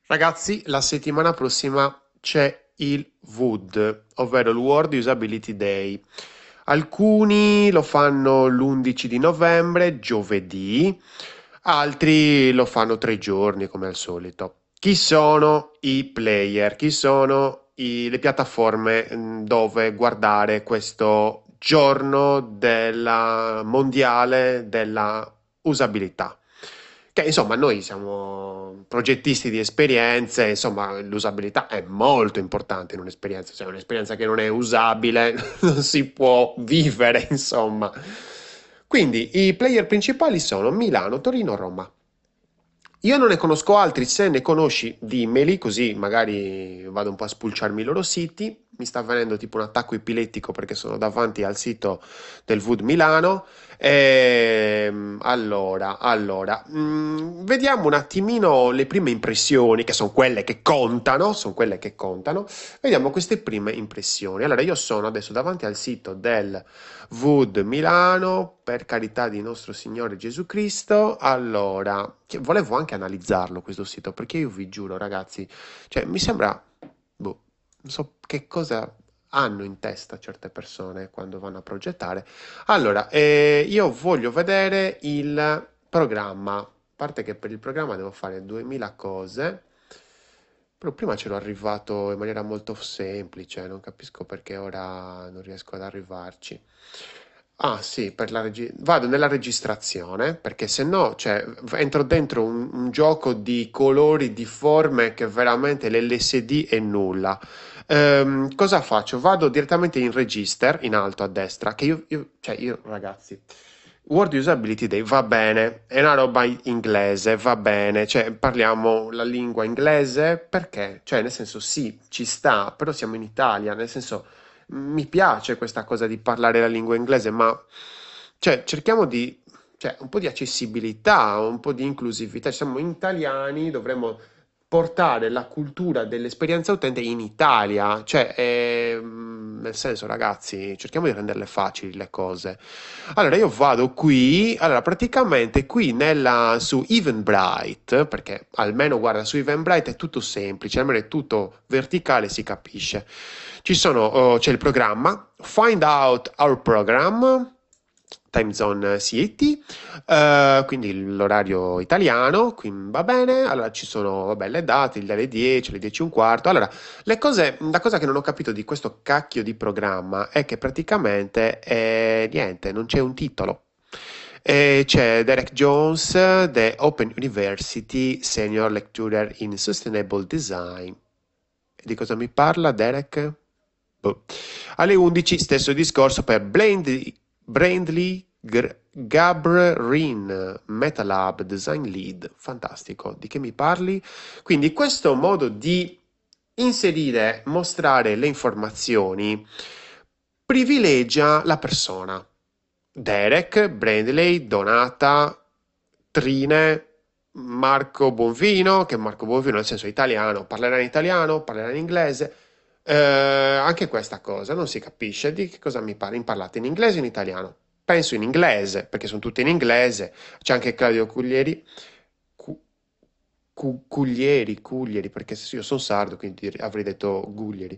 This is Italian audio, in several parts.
Ragazzi, la settimana prossima c'è il WUD, ovvero il World Usability Day. Alcuni lo fanno l'11 di novembre, giovedì, altri lo fanno 3 giorni come al solito. Chi sono i player? Chi sono le piattaforme dove guardare questo giorno della mondiale della usabilità? Che insomma, noi siamo progettisti di esperienze, insomma, l'usabilità è molto importante in un'esperienza, cioè un'esperienza che non è usabile non si può vivere, insomma. Quindi i player principali sono Milano, Torino, Roma. Io non ne conosco altri, se ne conosci dimmeli, così magari vado un po' a spulciarmi i loro siti. Mi sta avvenendo tipo un attacco epilettico perché sono davanti al sito del VUD Milano. Vediamo un attimino le prime impressioni, che sono quelle che contano. Vediamo queste prime impressioni. Allora, io sono adesso davanti al sito del VUD Milano, per carità di nostro Signore Gesù Cristo. Allora, volevo anche analizzarlo questo sito, perché io vi giuro, ragazzi, cioè mi sembra, boh, non so che cosa hanno in testa certe persone quando vanno a progettare. Allora, io voglio vedere il programma. A parte che per il programma devo fare 2000 cose. Però prima c'ero arrivato in maniera molto semplice, non capisco perché ora non riesco ad arrivarci. Ah sì, vado nella registrazione, perché se no, cioè, entro dentro un gioco di colori, di forme che veramente l'LSD è nulla. Cosa faccio? Vado direttamente in Register, in alto a destra, che io, ragazzi, Word Usability Day va bene, è una roba inglese, va bene, cioè parliamo la lingua inglese, perché? Cioè, nel senso, sì, ci sta, però siamo in Italia, nel senso, mi piace questa cosa di parlare la lingua inglese, ma cioè, cerchiamo di, cioè, un po' di accessibilità, un po' di inclusività. Siamo italiani, dovremmo portare la cultura dell'esperienza utente in Italia, cioè, nel senso, ragazzi, cerchiamo di renderle facili le cose. Allora, io vado qui, allora, praticamente qui su Eventbrite, perché almeno, guarda, su Eventbrite è tutto semplice, almeno è tutto verticale, si capisce. C'è il programma, Find Out Our Program, Time Zone CET, quindi l'orario italiano, quindi va bene. Allora ci sono, vabbè, le date, dalle 10, alle 10 e un quarto. Allora, la cosa che non ho capito di questo cacchio di programma è che praticamente, niente, non c'è un titolo. E c'è Derek Jones, The Open University Senior Lecturer in Sustainable Design. Di cosa mi parla Derek? Boh. Alle 11 stesso discorso per Brandley Gabrin, MetaLab Design Lead. Fantastico. Di che mi parli? Quindi questo modo di inserire, mostrare le informazioni privilegia la persona. Derek, Brandley, Donata, Trine, Marco Bonvino, che Marco Bonvino nel senso italiano, parlerà in italiano, parlerà in inglese. Anche questa cosa non si capisce di che cosa mi parli. Parlate in inglese o in italiano? Penso in inglese, perché sono tutte in inglese. C'è anche Claudio Cuglieri. Cu- Cuglieri, perché io sono sardo, quindi avrei detto Guglieri.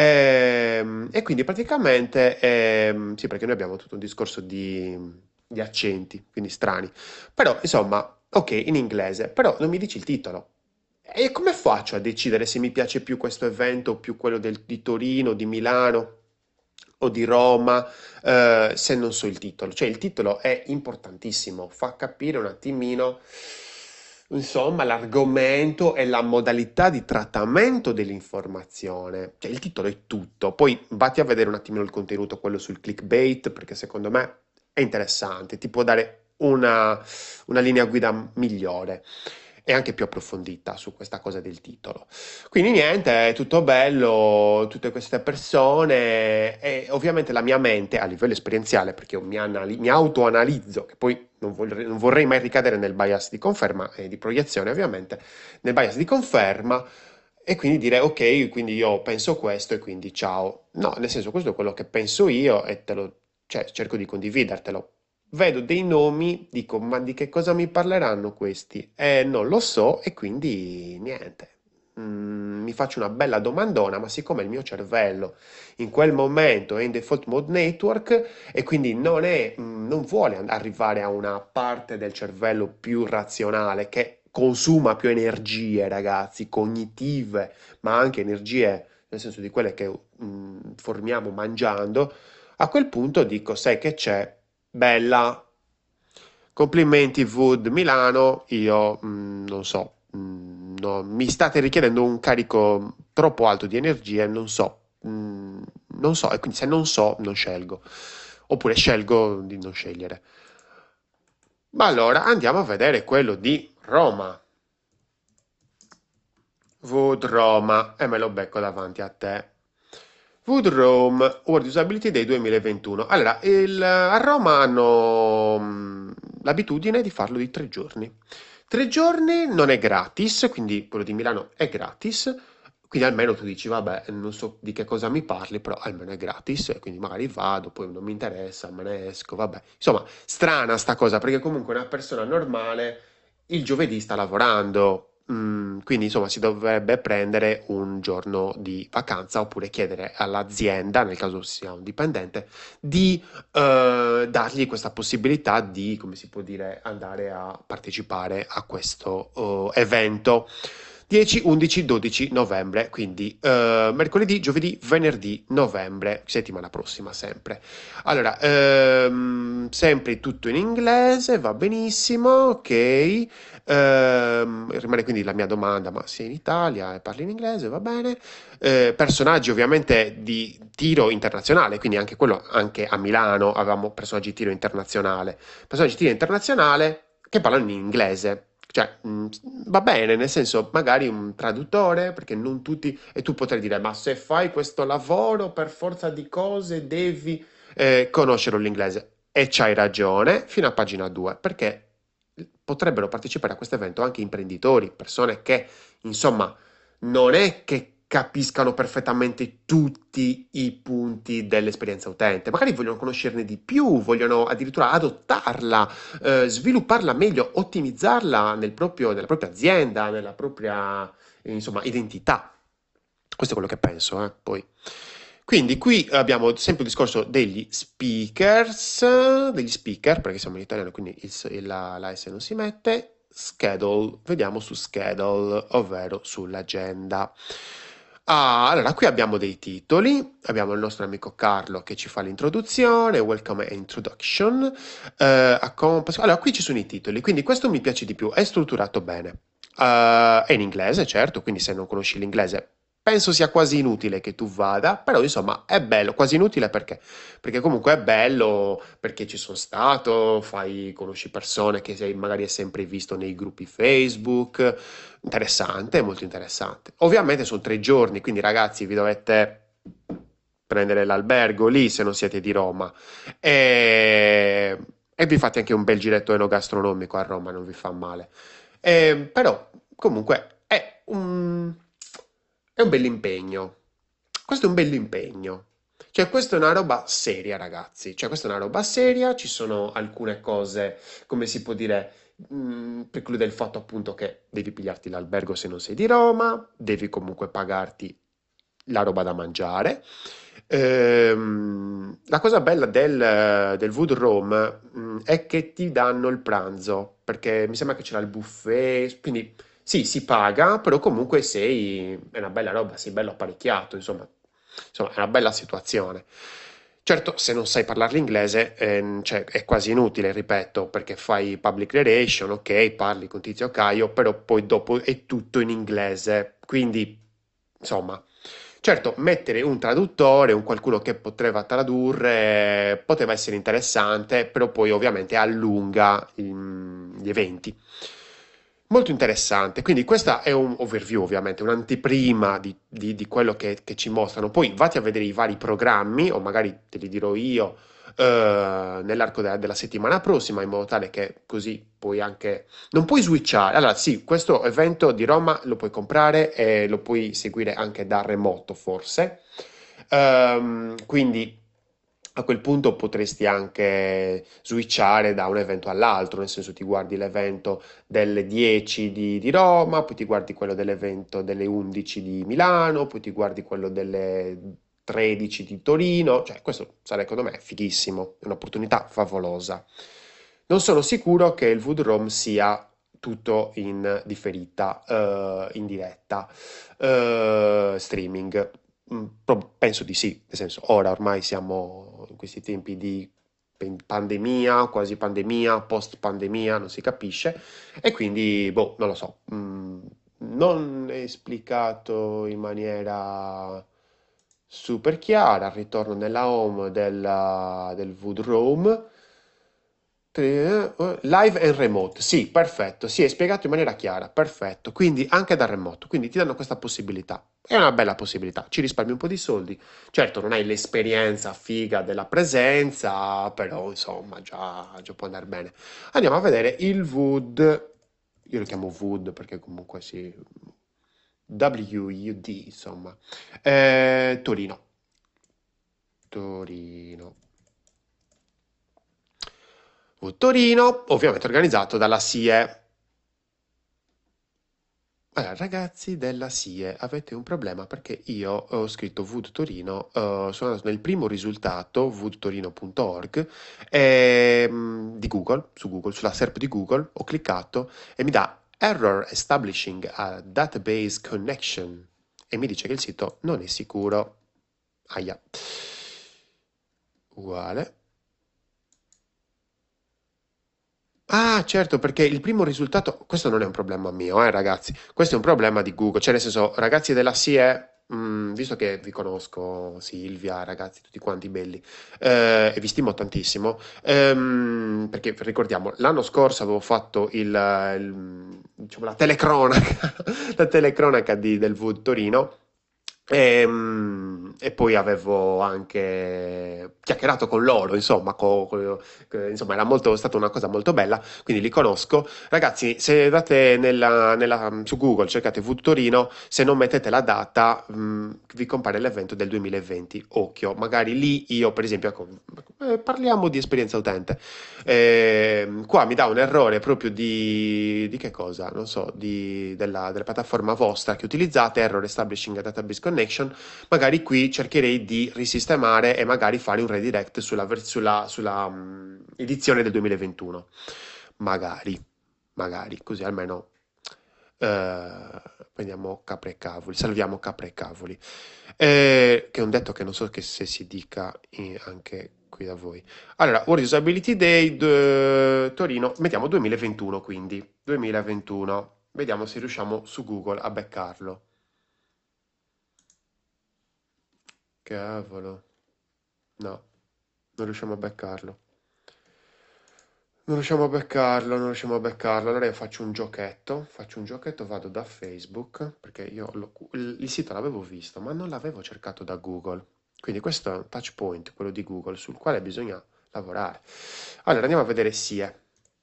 E quindi praticamente, sì, perché noi abbiamo tutto un discorso di accenti, quindi strani. Però, insomma, ok, in inglese, però non mi dici il titolo. E come faccio a decidere se mi piace più questo evento o più quello di Torino, di Milano o di Roma, se non so il titolo? Cioè, il titolo è importantissimo, fa capire un attimino, insomma, l'argomento e la modalità di trattamento dell'informazione. Cioè, il titolo è tutto. Poi vatti a vedere un attimino il contenuto, quello sul clickbait, perché secondo me è interessante, ti può dare una linea guida migliore e anche più approfondita su questa cosa del titolo. Quindi niente, è tutto bello, tutte queste persone e ovviamente la mia mente a livello esperienziale, perché io mi autoanalizzo, che poi non vorrei mai ricadere nel bias di conferma e di proiezione ovviamente, nel bias di conferma e quindi dire ok, quindi io penso questo e quindi ciao. No, nel senso questo è quello che penso io e cioè, cerco di condividertelo. Vedo dei nomi, dico, ma di che cosa mi parleranno questi? Non lo so e quindi niente. mi faccio una bella domandona, ma siccome il mio cervello in quel momento è in default mode network e quindi non vuole arrivare a una parte del cervello più razionale che consuma più energie, ragazzi, cognitive, ma anche energie, nel senso di quelle che formiamo mangiando, a quel punto dico, sai che c'è? Bella, complimenti Wood Milano, io non so, mi state richiedendo un carico troppo alto di energie, non so, e quindi se non so, non scelgo, oppure scelgo di non scegliere. Ma allora andiamo a vedere quello di Roma. Wood Roma, e me lo becco davanti a te. Wood Rome, World Usability Day 2021. Allora, a Roma hanno l'abitudine di farlo di 3 giorni. 3 giorni non è gratis, quindi quello di Milano è gratis, quindi almeno tu dici, vabbè, non so di che cosa mi parli, però almeno è gratis, e quindi magari vado, poi non mi interessa, me ne esco, vabbè. Insomma, strana sta cosa, perché comunque una persona normale il giovedì sta lavorando, quindi insomma si dovrebbe prendere un giorno di vacanza oppure chiedere all'azienda, nel caso sia un dipendente, di dargli questa possibilità di, come si può dire, andare a partecipare a questo evento. 10, 11, 12 novembre, quindi mercoledì, giovedì, venerdì novembre, settimana prossima sempre. Allora, sempre tutto in inglese, va benissimo, ok. Rimane quindi la mia domanda, ma sei in Italia e parli in inglese, va bene. Personaggi ovviamente di tiro internazionale, quindi anche quello, anche a Milano avevamo personaggi di tiro internazionale. Personaggi di tiro internazionale che parlano in inglese. Cioè, va bene, nel senso, magari un traduttore, perché non tutti, e tu potrai dire, ma se fai questo lavoro per forza di cose devi conoscere l'inglese. E c'hai ragione, fino a pagina 2, perché potrebbero partecipare a questo evento anche imprenditori, persone che, insomma, non è che capiscano perfettamente tutti i punti dell'esperienza utente, magari vogliono conoscerne di più, vogliono addirittura adottarla, svilupparla meglio, ottimizzarla nella propria azienda, nella propria, insomma, identità. Questo è quello che penso, poi. Quindi qui abbiamo sempre il discorso degli speaker, perché siamo in italiano, quindi la S non si mette. Schedule, vediamo su schedule, ovvero sull'agenda. Ah, allora, qui abbiamo dei titoli, abbiamo il nostro amico Carlo che ci fa l'introduzione, welcome e introduction, allora, qui ci sono i titoli, quindi questo mi piace di più, è strutturato bene. È in inglese, certo, quindi se non conosci l'inglese penso sia quasi inutile che tu vada, però insomma è bello, quasi inutile perché? Perché comunque è bello, perché ci sono stato, conosci persone che magari hai sempre visto nei gruppi Facebook, interessante, molto interessante. Ovviamente sono 3 giorni, quindi ragazzi vi dovete prendere l'albergo lì se non siete di Roma e vi fate anche un bel giretto enogastronomico a Roma, non vi fa male. Però comunque è un bell'impegno. Questo è un bell'impegno. Cioè, questa è una roba seria, ragazzi. Cioè, questa è una roba seria. Ci sono alcune cose, come si può dire, preclude il fatto appunto che devi pigliarti l'albergo se non sei di Roma, devi comunque pagarti la roba da mangiare. La cosa bella del Wood Room, è che ti danno il pranzo, perché mi sembra che c'era il buffet, quindi sì, si paga, però comunque è una bella roba, sei bello apparecchiato, insomma, è una bella situazione. Certo, se non sai parlare l'inglese, cioè, è quasi inutile, ripeto, perché fai public relation, ok, parli con Tizio Caio, però poi dopo è tutto in inglese, quindi, insomma, certo, mettere un traduttore, un qualcuno che poteva tradurre, poteva essere interessante, però poi ovviamente allunga gli eventi. Molto interessante, quindi questa è un overview ovviamente, un'anteprima di quello che ci mostrano. Poi vatti a vedere i vari programmi, o magari te li dirò io nell'arco della settimana prossima, in modo tale che così puoi anche... Non puoi switchare. Allora sì, questo evento di Roma lo puoi comprare e lo puoi seguire anche da remoto forse. Quindi A quel punto potresti anche switchare da un evento all'altro, nel senso ti guardi l'evento delle 10 di Roma, poi ti guardi quello dell'evento delle 11 di Milano, poi ti guardi quello delle 13 di Torino, cioè questo sarebbe secondo me fighissimo, è un'opportunità favolosa. Non sono sicuro che il Vood Roam sia tutto in differita, in diretta, streaming. Penso di sì, nel senso, ora ormai siamo in questi tempi di pandemia, quasi pandemia, post pandemia, non si capisce, e quindi, boh, non lo so, non è esplicato in maniera super chiara, il ritorno nella home del Vood Roam. Live and remote, sì, perfetto, sì, è spiegato in maniera chiara, perfetto, quindi anche da remoto, quindi ti danno questa possibilità. È una bella possibilità, ci risparmi un po' di soldi. Certo, non hai l'esperienza figa della presenza, però insomma, già può andare bene. Andiamo a vedere il Wood, io lo chiamo Wood perché comunque sì, WUD, insomma. Torino. Torino. Torino, ovviamente organizzato dalla SIE. Allora, ragazzi della SIE, avete un problema perché io ho scritto Wood Torino, sono andato nel primo risultato, woodtorino.org, di Google, su Google, sulla SERP di Google, ho cliccato e mi dà Error establishing a database connection e mi dice che il sito non è sicuro. Aia. Uguale. Ah, certo, perché il primo risultato, questo non è un problema mio, ragazzi, questo è un problema di Google, cioè nel senso, ragazzi della SIE, visto che vi conosco, Silvia, ragazzi, tutti quanti belli, e vi stimo tantissimo, perché ricordiamo, l'anno scorso avevo fatto diciamo, la telecronaca, la telecronaca del VUD Torino, e poi avevo anche chiacchierato con loro, insomma, insomma, è stata una cosa molto bella, quindi li conosco. Ragazzi, se andate su Google, cercate VUT Torino, se non mettete la data, vi compare l'evento del 2020. Occhio, magari lì io, per esempio, ecco, parliamo di esperienza utente. Qua mi dà un errore proprio di che cosa? Non so, della piattaforma vostra che utilizzate, error establishing a database connection. Magari qui cercherei di risistemare e magari fare un redirect sulla edizione del 2021. Magari, magari, così almeno prendiamo capre e cavoli, salviamo capre e cavoli. Che è un detto che non so che se si dica anche qui da voi. Allora, World Usability Day, Torino, mettiamo 2021 quindi, 2021. Vediamo se riusciamo su Google a beccarlo. Cavolo. No, non riusciamo a beccarlo. Non riusciamo a beccarlo, non riusciamo a beccarlo. Allora io faccio un giochetto, vado da Facebook, perché io il sito l'avevo visto, ma non l'avevo cercato da Google. Quindi questo è un touch point, quello di Google, sul quale bisogna lavorare. Allora andiamo a vedere SIE.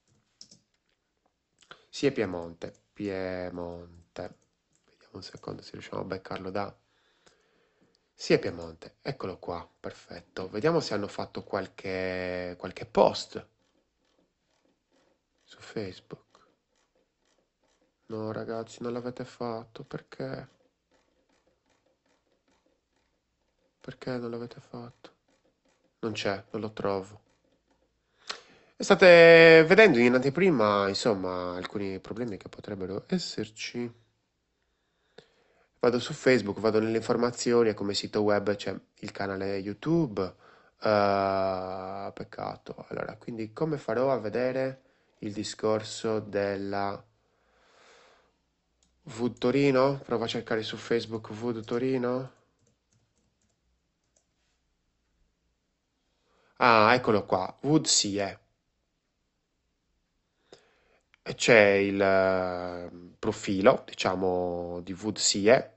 SIE Piemonte. Piemonte. Vediamo un secondo se riusciamo a beccarlo da... SIE Piemonte. Eccolo qua, perfetto. Vediamo se hanno fatto qualche post su Facebook. No, ragazzi, non l'avete fatto. Perché? Perché non l'avete fatto? Non c'è, non lo trovo. E state vedendo in anteprima, insomma, alcuni problemi che potrebbero esserci. Vado su Facebook, vado nelle informazioni e come sito web c'è il canale YouTube. Peccato. Allora, quindi come farò a vedere il discorso della Vood Torino? Provo a cercare su Facebook Vood Torino. Ah, eccolo qua, Wood Sie. E c'è il profilo, diciamo, di Woodsie,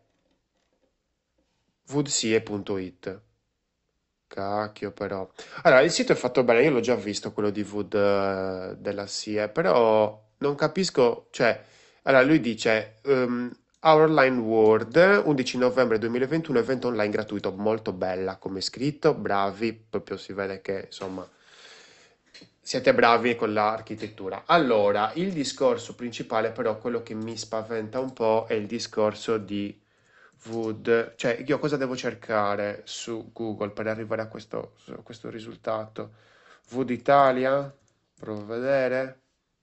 woodsie.it. Cacchio però. Allora, il sito è fatto bene, io l'ho già visto, quello di Wood della SIE, però non capisco, cioè, allora lui dice, Our Online World, 11 novembre 2021, evento online gratuito, molto bella come scritto, bravi, proprio si vede che insomma siete bravi con l'architettura. Allora, il discorso principale però, quello che mi spaventa un po' è il discorso di Wood, cioè io cosa devo cercare su Google per arrivare a questo risultato? Wood Italia? Provo a vedere.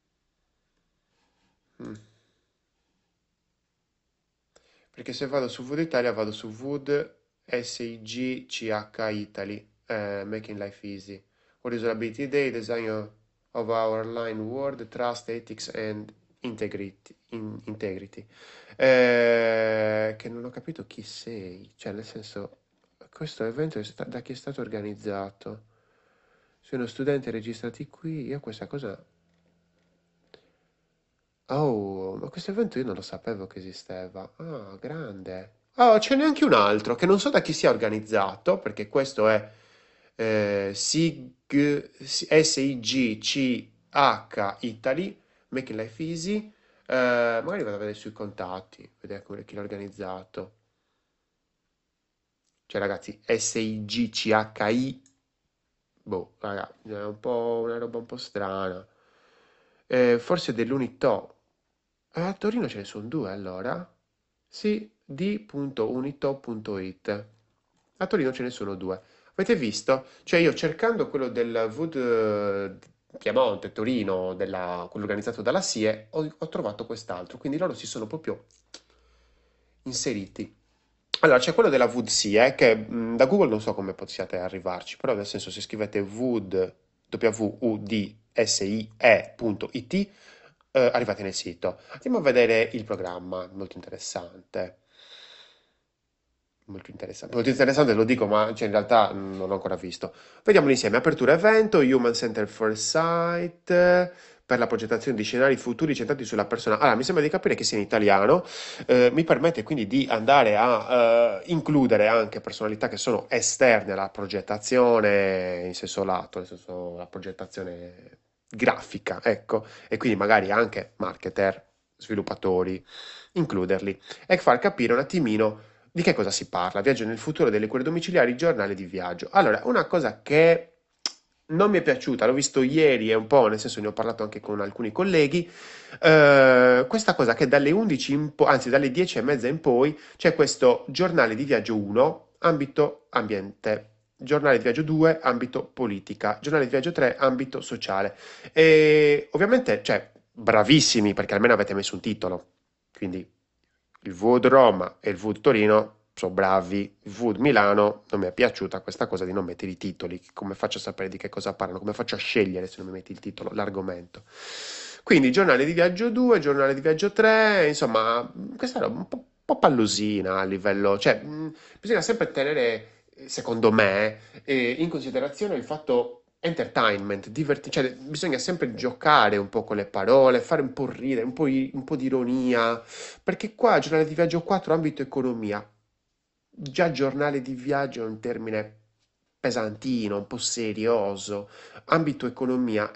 Mm. Perché se vado su Wood Italia vado su Wood SIG-CH Italy, Making Life Easy. What is Usability Day, Design of Our Online World, Trust, Ethics and Integrity. Che non ho capito chi sei, cioè nel senso, questo evento da chi è stato organizzato? Sono studenti registrati qui, io questa cosa... Oh, ma questo evento io non lo sapevo che esisteva. Ah, grande. Oh, c'è neanche un altro che non so da chi sia organizzato, perché questo è SIGCH Italy, Make Life Easy. Magari vado a vedere sui contatti, vedere chi l'ha organizzato. Cioè, ragazzi, SIGCHI, boh, raga, è un po' una roba un po' strana. Forse dell'Unitò. A Torino ce ne sono due allora? Sì, d.unitò.it. A Torino ce ne sono due. Avete visto? Cioè io cercando quello del Wood Piemonte, Torino, quello organizzato dalla SIE, ho trovato quest'altro. Quindi loro si sono proprio inseriti. Allora, c'è quello della Wood SIE, che da Google non so come possiate arrivarci, però nel senso se scrivete Wood, WUDSIE.it, arrivate nel sito. Andiamo a vedere il programma, molto interessante. Molto interessante lo dico, ma cioè, in realtà non l'ho ancora visto. Vediamolo insieme. Apertura evento, Human Center Foresight, per la progettazione di scenari futuri centrati sulla persona. Allora, mi sembra di capire che sia in italiano, mi permette quindi di andare a includere anche personalità che sono esterne alla progettazione in senso lato, nel senso la progettazione grafica, ecco, e quindi magari anche marketer, sviluppatori, includerli e far capire un attimino di che cosa si parla? Viaggio nel futuro delle cure domiciliari, giornale di viaggio. Allora, una cosa che non mi è piaciuta, l'ho visto ieri e un po', nel senso ne ho parlato anche con alcuni colleghi, questa cosa che dalle 11 in poi, anzi dalle 10 e mezza in poi, c'è questo giornale di viaggio 1, ambito ambiente, giornale di viaggio 2, ambito politica, giornale di viaggio 3, ambito sociale. E ovviamente, cioè, bravissimi perché almeno avete messo un titolo, quindi il Wood Roma e il Wood Torino sono bravi, il Wood Milano non mi è piaciuta questa cosa di non mettere i titoli, come faccio a sapere di che cosa parlano, come faccio a scegliere se non mi metti il titolo, l'argomento. Quindi giornale di viaggio 2, giornale di viaggio 3, insomma, questa era un po' pallosina a livello, cioè bisogna sempre tenere, secondo me, in considerazione il fatto entertainment, cioè bisogna sempre giocare un po' con le parole, fare un po' ridere, un po' di ironia, perché qua giornale di viaggio 4, ambito economia. Già giornale di viaggio è un termine pesantino, un po' serioso. Ambito economia,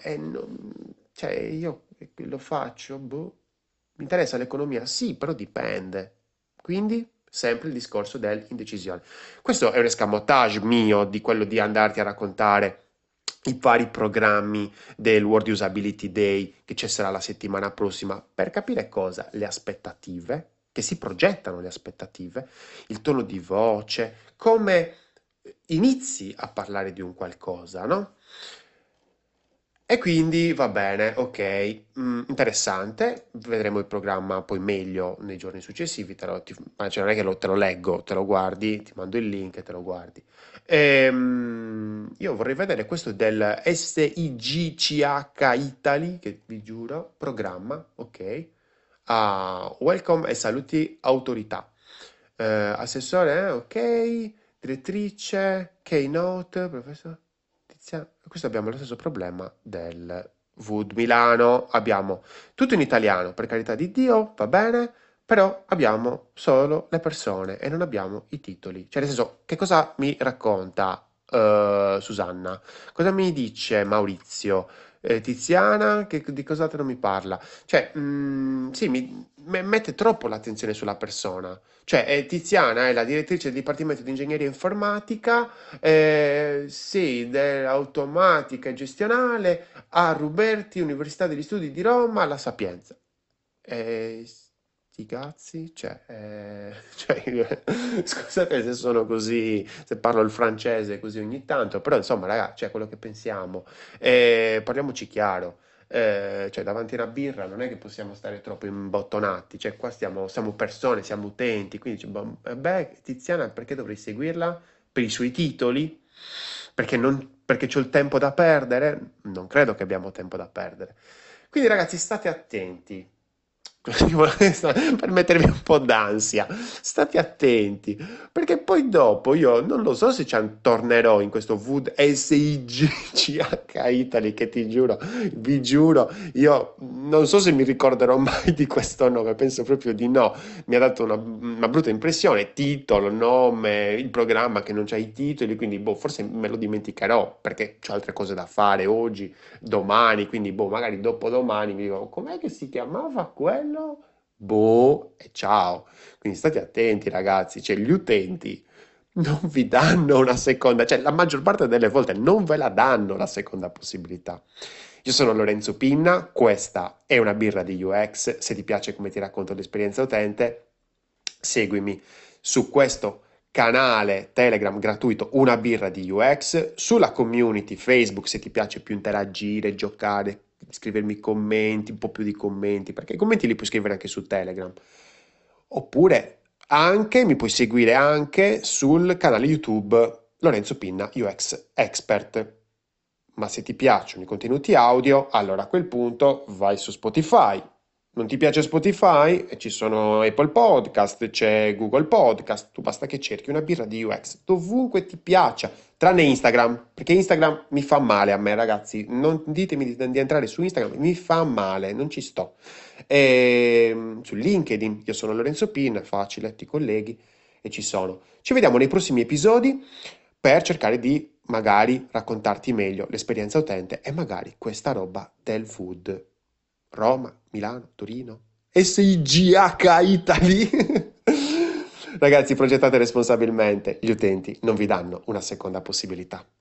cioè io lo faccio, boh. Mi interessa l'economia? Sì, però dipende. Quindi sempre il discorso dell'indecisione. Questo è un escamotage mio di quello di andarti a raccontare i vari programmi del World Usability Day che ci sarà la settimana prossima per capire cosa? Le aspettative, che si progettano le aspettative, il tono di voce, come inizi a parlare di un qualcosa, no? E quindi va bene, ok, interessante, vedremo il programma poi meglio nei giorni successivi, ma cioè non è che te lo leggo, te lo guardi, ti mando il link e te lo guardi. Io vorrei vedere questo del SIGCH Italy, che vi giuro, programma, ok, welcome e saluti autorità. Assessore, ok, direttrice, keynote, professor. Questo abbiamo lo stesso problema del Wood Milano, abbiamo tutto in italiano, per carità di Dio, va bene, però abbiamo solo le persone e non abbiamo i titoli. Cioè, nel senso, che cosa mi racconta Susanna? Cosa mi dice Maurizio? Tiziana, di cos'altro mi parla? Cioè, sì, mette troppo l'attenzione sulla persona. Cioè, Tiziana è la direttrice del Dipartimento di Ingegneria Informatica, sì, dell'automatica e gestionale a Ruberti, Università degli Studi di Roma, La Sapienza. Sti cazzi, cioè, cioè, scusate se sono così, se parlo il francese così ogni tanto, però insomma, ragazzi, cioè, quello che pensiamo. Parliamoci chiaro, cioè, davanti a una birra non è che possiamo stare troppo imbottonati, cioè, qua siamo persone, siamo utenti, quindi, cioè, beh, Tiziana, perché dovrei seguirla? Per i suoi titoli? Perché c'ho il tempo da perdere? Non credo che abbiamo tempo da perdere. Quindi, ragazzi, state attenti. Per mettervi un po' d'ansia, state attenti, perché poi dopo io non lo so se tornerò in questo Wood SIGCH Italy, che ti giuro, vi giuro, io non so se mi ricorderò mai di questo nome, penso proprio di no. Mi ha dato una brutta impressione, titolo, nome, il programma che non c'ha i titoli, quindi boh, forse me lo dimenticherò perché ho altre cose da fare oggi, domani, quindi boh, magari dopodomani mi dico, com'è che si chiamava quello? Boh, e ciao. Quindi state attenti, ragazzi, cioè gli utenti non vi danno una seconda, cioè la maggior parte delle volte non ve la danno la seconda possibilità. Io sono Lorenzo Pinna, questa è una birra di UX, se ti piace come ti racconto l'esperienza utente, seguimi su questo canale Telegram gratuito Una birra di UX, sulla community Facebook se ti piace più interagire, giocare, scrivermi commenti, un po' più di commenti, perché i commenti li puoi scrivere anche su Telegram. Oppure anche mi puoi seguire anche sul canale YouTube Lorenzo Pinna UX Expert. Ma se ti piacciono i contenuti audio, allora a quel punto vai su Spotify. Non ti piace Spotify? Ci sono Apple Podcast, c'è Google Podcast, tu basta che cerchi una birra di UX dovunque ti piaccia, tranne Instagram, perché Instagram mi fa male a me, ragazzi. Non ditemi di entrare su Instagram, mi fa male, non ci sto. Su LinkedIn, io sono Lorenzo Pin, è facile, ti colleghi e ci sono. Ci vediamo nei prossimi episodi per cercare di magari raccontarti meglio l'esperienza utente e magari questa roba del food. Roma, Milano, Torino, SIGH Italy. Ragazzi, progettate responsabilmente, gli utenti non vi danno una seconda possibilità.